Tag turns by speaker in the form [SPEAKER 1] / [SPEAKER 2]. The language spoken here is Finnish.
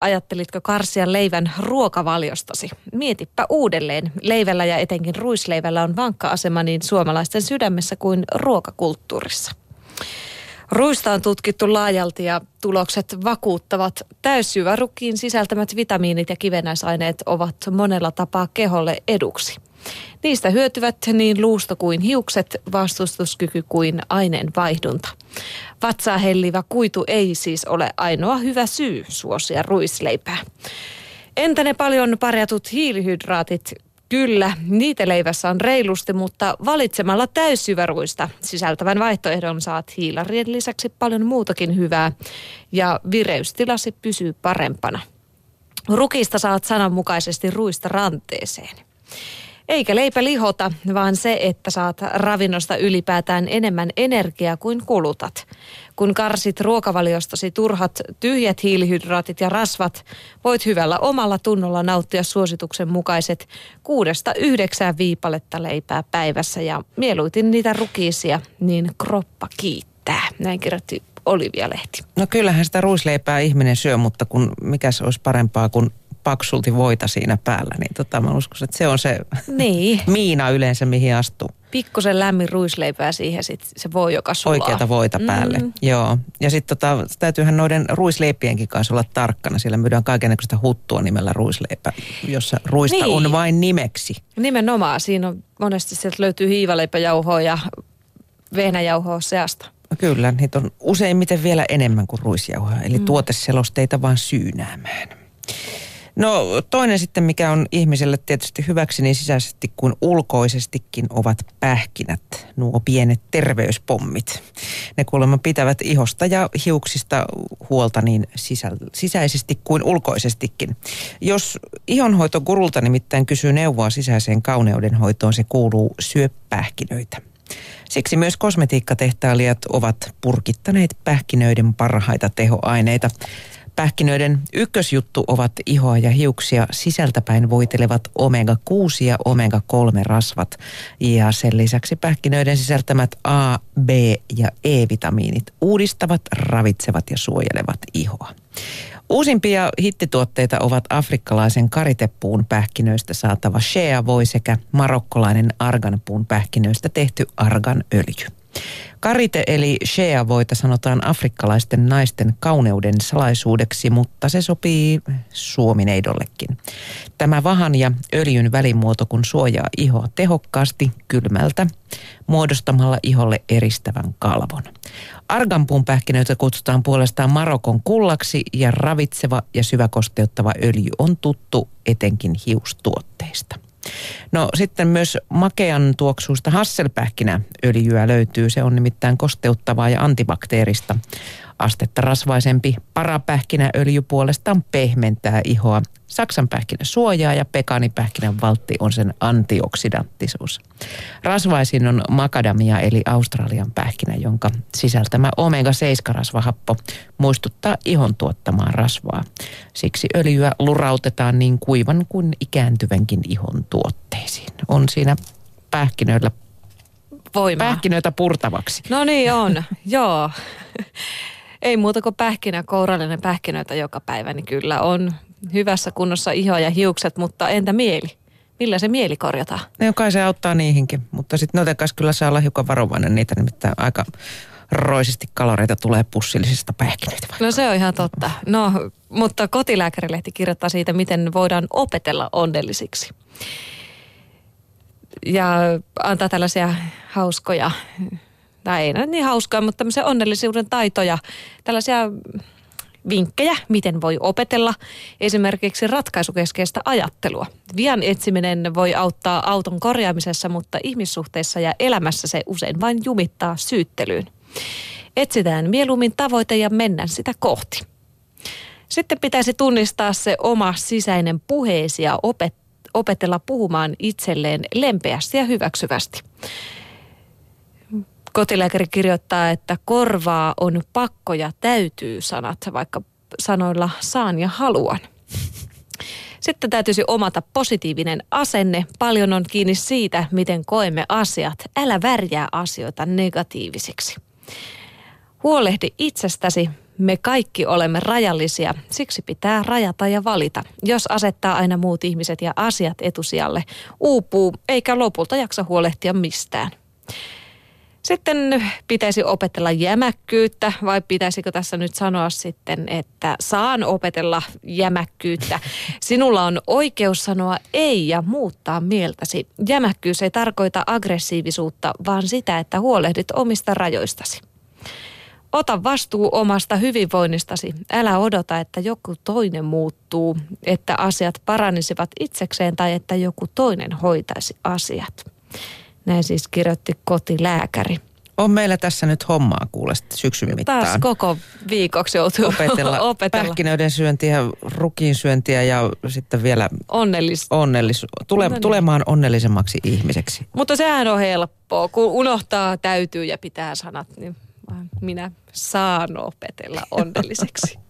[SPEAKER 1] Ajattelitko karsia leivän ruokavaliostasi? Mietipä uudelleen. Leivällä ja etenkin ruisleivällä on vankka asema niin suomalaisten sydämessä kuin ruokakulttuurissa. Ruista on tutkittu laajalti ja tulokset vakuuttavat. Täysjyvärukiin sisältämät vitamiinit ja kivennäisaineet ovat monella tapaa keholle eduksi. Niistä hyötyvät niin luusto kuin hiukset, vastustuskyky kuin aineenvaihdunta. Vatsaa hellivä kuitu ei siis ole ainoa hyvä syy suosia ruisleipää. Entä ne paljon parjatut hiilihydraatit? Kyllä, niitä leivässä on reilusti, mutta valitsemalla täysjyväruista sisältävän vaihtoehdon saat hiilarien lisäksi paljon muutakin hyvää ja vireystilasi pysyy parempana. Rukista saat sananmukaisesti ruista ranteeseen. Eikä leipä lihota, vaan se, että saat ravinnosta ylipäätään enemmän energiaa kuin kulutat. Kun karsit ruokavaliostasi turhat tyhjät hiilihydraatit ja rasvat, voit hyvällä omalla tunnolla nauttia suosituksen mukaiset 6-9 viipaletta leipää päivässä ja mieluiten niitä rukiisia, niin kroppa kiittää. Näin kirjoitti Olivia-lehti.
[SPEAKER 2] No kyllähän sitä ruisleipää ihminen syö, mutta mikäs olisi parempaa kuin paksulti voita siinä päällä, niin mä uskon, että se on se niin. Miina yleensä, mihin astuu.
[SPEAKER 1] Pikkusen lämmin ruisleipää siihen sit se voi, joka sulaa.
[SPEAKER 2] Oikeata voita päälle, joo. Ja sitten täytyyhän noiden ruisleipienkin kanssa olla tarkkana. Siellä myydään kaikennäköistä huttua nimellä ruisleipä, jossa ruista on vain nimeksi. Nimenomaan,
[SPEAKER 1] siinä on monesti sieltä löytyy hiivaleipäjauhoa ja vehnäjauhoa seasta.
[SPEAKER 2] Kyllä, niitä on useimmiten vielä enemmän kuin ruisjauhoja, eli tuoteselosteita vaan syynäämään. No toinen sitten, mikä on ihmiselle tietysti hyväksi niin sisäisesti kuin ulkoisestikin, ovat pähkinät, nuo pienet terveyspommit. Ne kuulemma pitävät ihosta ja hiuksista huolta niin sisäisesti kuin ulkoisestikin. Jos ihonhoitogurulta nimittäin kysyy neuvoa sisäiseen kauneudenhoitoon, se kuuluu syö pähkinöitä. Siksi myös kosmetiikkatehtailijat ovat purkittaneet pähkinöiden parhaita tehoaineita. Pähkinöiden ykkösjuttu ovat ihoa ja hiuksia sisältäpäin voitelevat omega-6 ja omega-3-rasvat. Ja sen lisäksi pähkinöiden sisältämät A, B ja E-vitamiinit uudistavat, ravitsevat ja suojelevat ihoa. Uusimpia hittituotteita ovat afrikkalaisen karitepuun pähkinöistä saatava shea-voi sekä marokkolainen arganpuun pähkinöistä tehty arganöljy. Karite eli shea-voita sanotaan afrikkalaisten naisten kauneuden salaisuudeksi, mutta se sopii suomineidollekin. Tämä vahan ja öljyn välimuoto kun suojaa ihoa tehokkaasti kylmältä muodostamalla iholle eristävän kalvon. Arganpuun pähkinöitä kutsutaan puolestaan Marokon kullaksi ja ravitseva ja syväkosteuttava öljy on tuttu etenkin hiustuotteista. No sitten myös makean tuoksuista hasselpähkinäöljyä löytyy. Se on nimittäin kosteuttavaa ja antibakteerista. Astetta rasvaisempi parapähkinäöljy puolestaan pehmentää ihoa. Saksanpähkinä suojaa ja pekaanipähkinän valtti on sen antioksidanttisuus. Rasvaisin on makadamia eli Australian pähkinä, jonka sisältämä omega-7-rasvahappo muistuttaa ihon tuottamaa rasvaa. Siksi öljyä lurautetaan niin kuivan kuin ikääntyvänkin ihon tuotteisiin. On siinä pähkinöillä voimaa. Pähkinöitä purtavaksi.
[SPEAKER 1] No niin on, joo. Ei muuta kuin kourallinen pähkinöitä joka päivä, niin kyllä on hyvässä kunnossa iho ja hiukset, mutta entä mieli? Millä se mieli korjataan?
[SPEAKER 2] No kai se auttaa niihinkin, mutta sitten noiden kanssa kyllä saa olla hiukan varovainen. Niitä nimittäin aika roisesti kaloreita tulee pussillisista pähkinöitä. Vaikka.
[SPEAKER 1] No se on ihan totta. No, mutta Kotilääkärilehti kirjoittaa siitä, miten voidaan opetella onnellisiksi. Ja antaa tällaisia hauskoja, tai ei niin hauskoja, mutta tämmöisiä onnellisuuden taitoja, tällaisia vinkkejä, miten voi opetella esimerkiksi ratkaisukeskeistä ajattelua. Vian etsiminen voi auttaa auton korjaamisessa, mutta ihmissuhteissa ja elämässä se usein vain jumittaa syyttelyyn. Etsitään mieluummin tavoite ja mennään sitä kohti. Sitten pitäisi tunnistaa se oma sisäinen puheesi ja opetella puhumaan itselleen lempeästi ja hyväksyvästi. Kotilääkäri kirjoittaa, että korvaa on pakko ja täytyy sanat, vaikka sanoilla saan ja haluan. Sitten täytyisi omata positiivinen asenne. Paljon on kiinni siitä, miten koemme asiat. Älä värjää asioita negatiivisiksi. Huolehdi itsestäsi, Me kaikki olemme rajallisia, siksi pitää rajata ja valita. Jos asettaa aina muut ihmiset ja asiat etusijalle, uupuu eikä lopulta jaksa huolehtia mistään. Sitten pitäisi opetella jämäkkyyttä, vai pitäisikö tässä nyt sanoa sitten, että saan opetella jämäkkyyttä. Sinulla on oikeus sanoa ei ja muuttaa mieltäsi. Jämäkkyys ei tarkoita aggressiivisuutta, vaan sitä, että huolehdit omista rajoistasi. Ota vastuu omasta hyvinvoinnistasi. Älä odota, että joku toinen muuttuu, että asiat paranisivat itsekseen tai että joku toinen hoitaisi asiat. Näin siis kirjoitti kotilääkäri.
[SPEAKER 2] On meillä tässä nyt hommaa kuule syksyn mittaan.
[SPEAKER 1] Taas koko viikoksi joutuu opetella.
[SPEAKER 2] Pähkinöiden syöntiä, rukiin syöntiä ja sitten vielä tulemaan onnellisemmaksi ihmiseksi.
[SPEAKER 1] Mutta sehän on helppoa, kun unohtaa täytyy ja pitää sanat, niin minä saan opetella onnelliseksi.